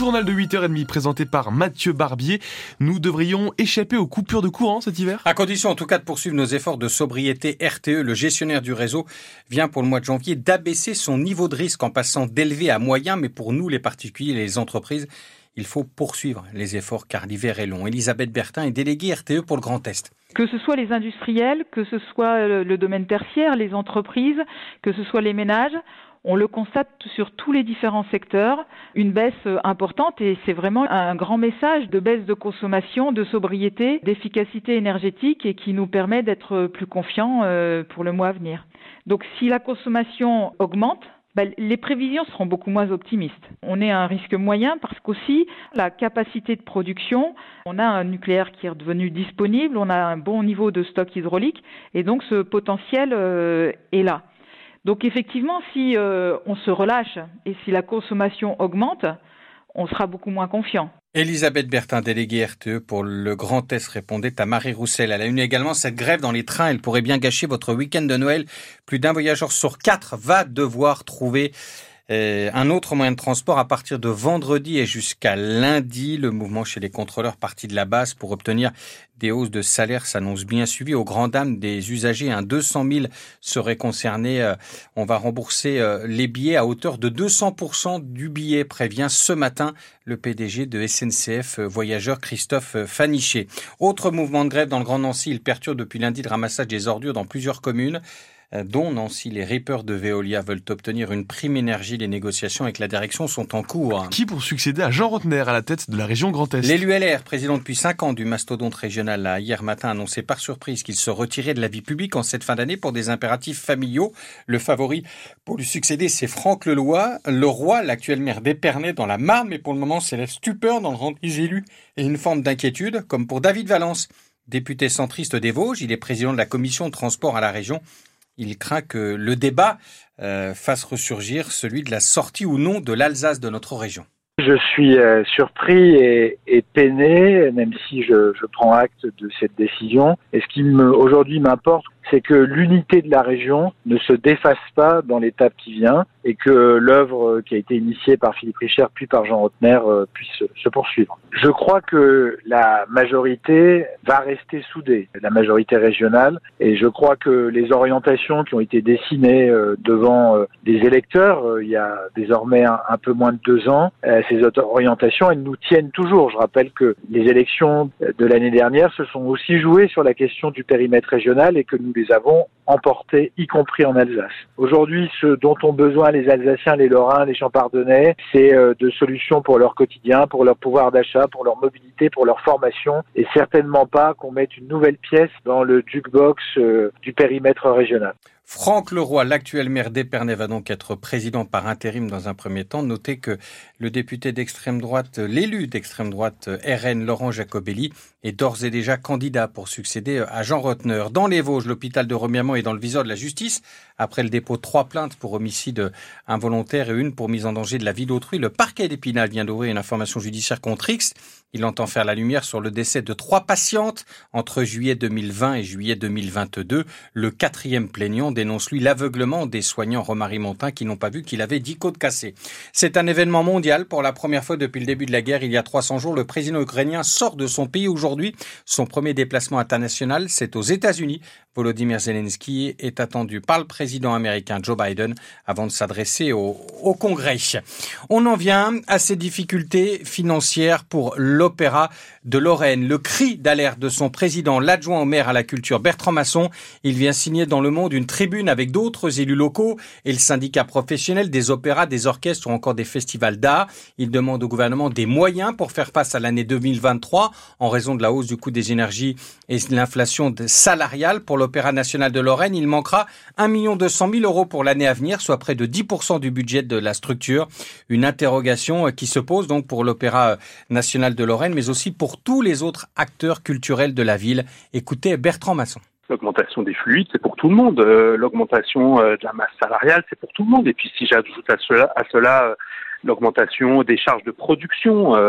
journal de 8h30 présenté par Mathieu Barbier. Nous devrions échapper aux coupures de courant cet hiver ? À condition en tout cas de poursuivre nos efforts de sobriété, RTE, le gestionnaire du réseau, vient pour le mois de janvier d'abaisser son niveau de risque en passant d'élevé à moyen. Mais pour nous, les particuliers et les entreprises, il faut poursuivre les efforts car l'hiver est long. Elisabeth Bertin est déléguée RTE pour le Grand Est. Que ce soit les industriels, que ce soit le domaine tertiaire, les entreprises, que ce soit les ménages, on le constate sur tous les différents secteurs, une baisse importante et c'est vraiment un grand message de baisse de consommation, de sobriété, d'efficacité énergétique et qui nous permet d'être plus confiants pour le mois à venir. Donc si la consommation augmente, les prévisions seront beaucoup moins optimistes. On est à un risque moyen parce qu'aussi la capacité de production, on a un nucléaire qui est redevenu disponible, on a un bon niveau de stock hydraulique et donc ce potentiel est là. Donc effectivement, si on se relâche et si la consommation augmente, on sera beaucoup moins confiant. Elisabeth Bertin, déléguée RTE pour le Grand Est, répondait à Marie Roussel. À la une également, cette grève dans les trains, elle pourrait bien gâcher votre week-end de Noël. Plus d'un voyageur sur 4 va devoir trouver un autre moyen de transport à partir de vendredi et jusqu'à lundi. Le mouvement chez les contrôleurs parti de la base pour obtenir des hausses de salaire s'annonce bien suivi. Aux grandes dames des usagers, 200 000 seraient concernés. On va rembourser les billets à hauteur de 200% du billet, prévient ce matin le PDG de SNCF Voyageurs, Christophe Faniché. Autre mouvement de grève dans le Grand Nancy, il perturbe depuis lundi le ramassage des ordures dans plusieurs communes, dont Nancy. Les rippers de Veolia veulent obtenir une prime énergie. Les négociations avec la direction sont en cours. Qui pour succéder à Jean Rotner à la tête de la région Grand Est ? L'élu LR, président depuis 5 ans du mastodonte régional, a hier matin annoncé par surprise qu'il se retirait de la vie publique en cette fin d'année pour des impératifs familiaux. Le favori pour lui succéder, c'est Franck Leroy, l'actuel maire d'Épernay dans la Marne, mais pour le moment, c'est la stupeur dans le rang des élus et une forme d'inquiétude, comme pour David Valence, député centriste des Vosges. Il est président de la commission de transport à la région. Il craint que le débat fasse ressurgir celui de la sortie ou non de l'Alsace de notre région. Je suis surpris et peiné, même si je prends acte de cette décision. Et ce qui aujourd'hui m'importe, c'est que l'unité de la région ne se défasse pas dans l'étape qui vient et que l'œuvre qui a été initiée par Philippe Richert puis par Jean Rotner puisse se poursuivre. Je crois que la majorité va rester soudée, la majorité régionale, et je crois que les orientations qui ont été dessinées devant des électeurs il y a désormais un peu moins de 2 ans, ces orientations, elles nous tiennent toujours. Je rappelle que les élections de l'année dernière se sont aussi jouées sur la question du périmètre régional et que nous les avons emportés, y compris en Alsace. Aujourd'hui, ce dont ont besoin les Alsaciens, les Lorrains, les Champardonnais, c'est de solutions pour leur quotidien, pour leur pouvoir d'achat, pour leur mobilité, pour leur formation, et certainement pas qu'on mette une nouvelle pièce dans le jukebox du périmètre régional. Franck Leroy, l'actuel maire d'Épernay, va donc être président par intérim dans un premier temps. Notez que le député d'extrême droite, l'élu d'extrême droite RN, Laurent Jacobelli, est d'ores et déjà candidat pour succéder à Jean Rotner. Dans les Vosges, l'hôpital de Remiremont est dans le viseur de la justice. Après le dépôt de 3 plaintes pour homicide involontaire et une pour mise en danger de la vie d'autrui, le parquet d'Épinal vient d'ouvrir une information judiciaire contre X. Il entend faire la lumière sur le décès de 3 patientes entre juillet 2020 et juillet 2022. Le 4e plaignant dénonce, lui, l'aveuglement des soignants romarimontains qui n'ont pas vu qu'il avait 10 côtes cassées. C'est un événement mondial. Pour la première fois depuis le début de la guerre, il y a 300 jours, le président ukrainien sort de son pays aujourd'hui. Son premier déplacement international, c'est aux États-Unis. Volodymyr Zelensky est attendu par le président américain Joe Biden avant de s'adresser au Congrès. On en vient à ces difficultés financières pour l'Opéra de Lorraine. Le cri d'alerte de son président, l'adjoint au maire à la culture, Bertrand Masson. Il vient signer dans Le Monde une tribune avec d'autres élus locaux et le syndicat professionnel des opéras, des orchestres ou encore des festivals d'art. Il demande au gouvernement des moyens pour faire face à l'année 2023 en raison de la hausse du coût des énergies et de l'inflation salariale. Pour l'Opéra national de Lorraine, il manquera 1 200 000 € pour l'année à venir, soit près de 10% du budget de la structure. Une interrogation qui se pose donc pour l'Opéra national de Lorraine, mais aussi pour tous les autres acteurs culturels de la ville. Écoutez Bertrand Masson. L'augmentation des fluides, c'est pour tout le monde. L'augmentation de la masse salariale, c'est pour tout le monde. Et puis si j'ajoute à cela l'augmentation des charges de production,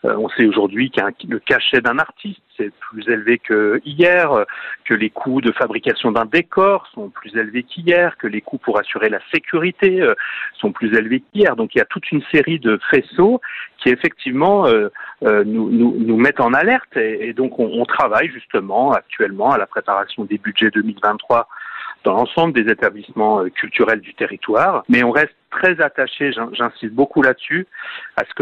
On sait aujourd'hui que le cachet d'un artiste c'est plus élevé que hier, que les coûts de fabrication d'un décor sont plus élevés qu'hier, que les coûts pour assurer la sécurité sont plus élevés qu'hier. Donc il y a toute une série de faisceaux qui effectivement nous mettent en alerte et donc on travaille justement actuellement à la préparation des budgets 2023 dans l'ensemble des établissements culturels du territoire, mais on reste très attaché, j'insiste beaucoup là-dessus, à ce que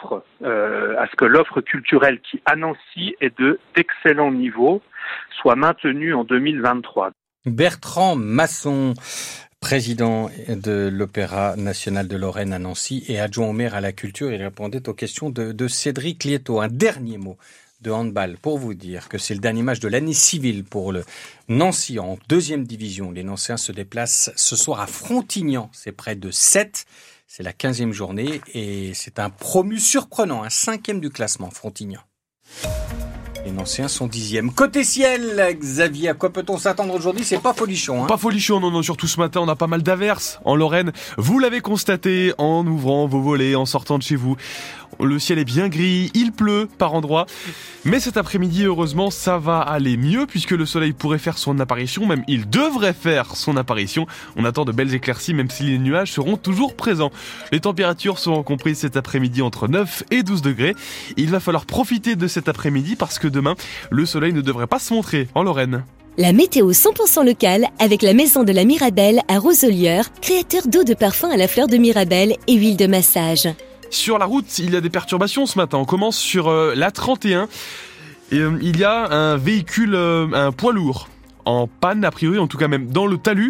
l'offre culturelle qui à Nancy est d'excellent niveau soit maintenue en 2023. Bertrand Masson, président de l'Opéra national de Lorraine à Nancy et adjoint au maire à la culture, il répondait aux questions de Cédric Lietto. Un dernier mot de handball pour vous dire que c'est le dernier match de l'année civile pour le Nancy en 2e division. Les Nancéens se déplacent ce soir à Frontignan, c'est près de 7. C'est la 15e journée et c'est un promu surprenant, un 5e du classement, Frontignan. Les Nancéens sont 10e. Côté ciel, Xavier, à quoi peut-on s'attendre aujourd'hui? C'est pas folichon, hein? Pas folichon, non, surtout ce matin, on a pas mal d'averses en Lorraine. Vous l'avez constaté en ouvrant vos volets, en sortant de chez vous. Le ciel est bien gris, il pleut par endroits. Mais cet après-midi, heureusement, ça va aller mieux puisque le soleil pourrait faire son apparition, même il devrait faire son apparition. On attend de belles éclaircies, même si les nuages seront toujours présents. Les températures seront comprises cet après-midi entre 9 et 12 degrés. Il va falloir profiter de cet après-midi parce que demain, le soleil ne devrait pas se montrer en Lorraine. La météo 100% locale avec la maison de la Mirabelle à Roselières, créateur d'eau de parfum à la fleur de Mirabelle et huile de massage. Sur la route, il y a des perturbations ce matin. On commence sur la 31. Et, il y a un véhicule, un poids lourd, en panne, a priori, en tout cas même dans le talus.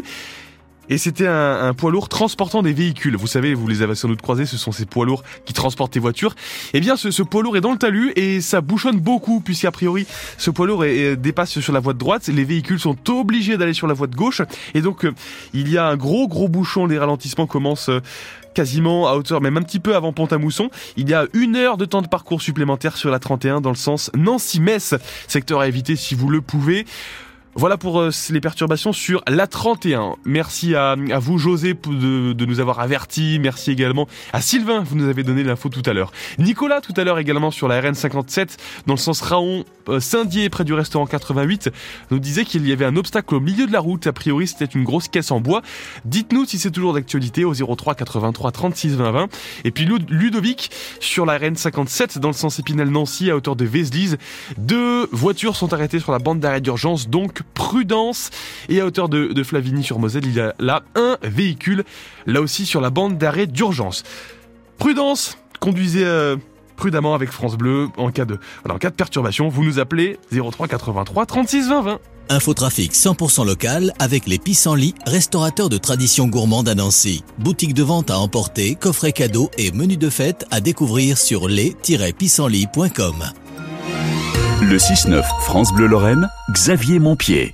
Et c'était un poids lourd transportant des véhicules. Vous savez, vous les avez sans doute croisés, ce sont ces poids lourds qui transportent les voitures. Eh bien, ce poids lourd est dans le talus et ça bouchonne beaucoup puisqu'a priori, ce poids lourd dépasse sur la voie de droite. Les véhicules sont obligés d'aller sur la voie de gauche. Et donc, il y a un gros bouchon. Les ralentissements commencent quasiment à hauteur, même un petit peu avant Pont-à-Mousson. Il y a 1 heure de temps de parcours supplémentaire sur la 31 dans le sens Nancy-Metz. Secteur à éviter si vous le pouvez. Voilà pour les perturbations sur la 31. Merci à vous José de nous avoir avertis. Merci également à Sylvain, vous nous avez donné l'info tout à l'heure. Nicolas tout à l'heure également sur la RN 57 dans le sens Raon Saint-Dié près du restaurant 88 nous disait qu'il y avait un obstacle au milieu de la route. A priori c'était une grosse caisse en bois. Dites-nous si c'est toujours d'actualité au 03 83 36 20 20. Et puis Ludovic sur la RN 57 dans le sens Épinal-Nancy à hauteur de Vézelise. 2 voitures sont arrêtées sur la bande d'arrêt d'urgence, donc prudence. Et à hauteur de Flavigny-sur-Moselle, il y a là un véhicule, là aussi sur la bande d'arrêt d'urgence. Prudence, conduisez prudemment avec France Bleu en cas de perturbation. Vous nous appelez 03 83 36 20 20. Infotrafic 100% local avec les Pissenlits, restaurateurs de tradition gourmande à Nancy. Boutique de vente à emporter, coffrets cadeaux et menus de fête à découvrir sur les-pissenlits.com. Le 6-9 France Bleu Lorraine, Xavier Montpied.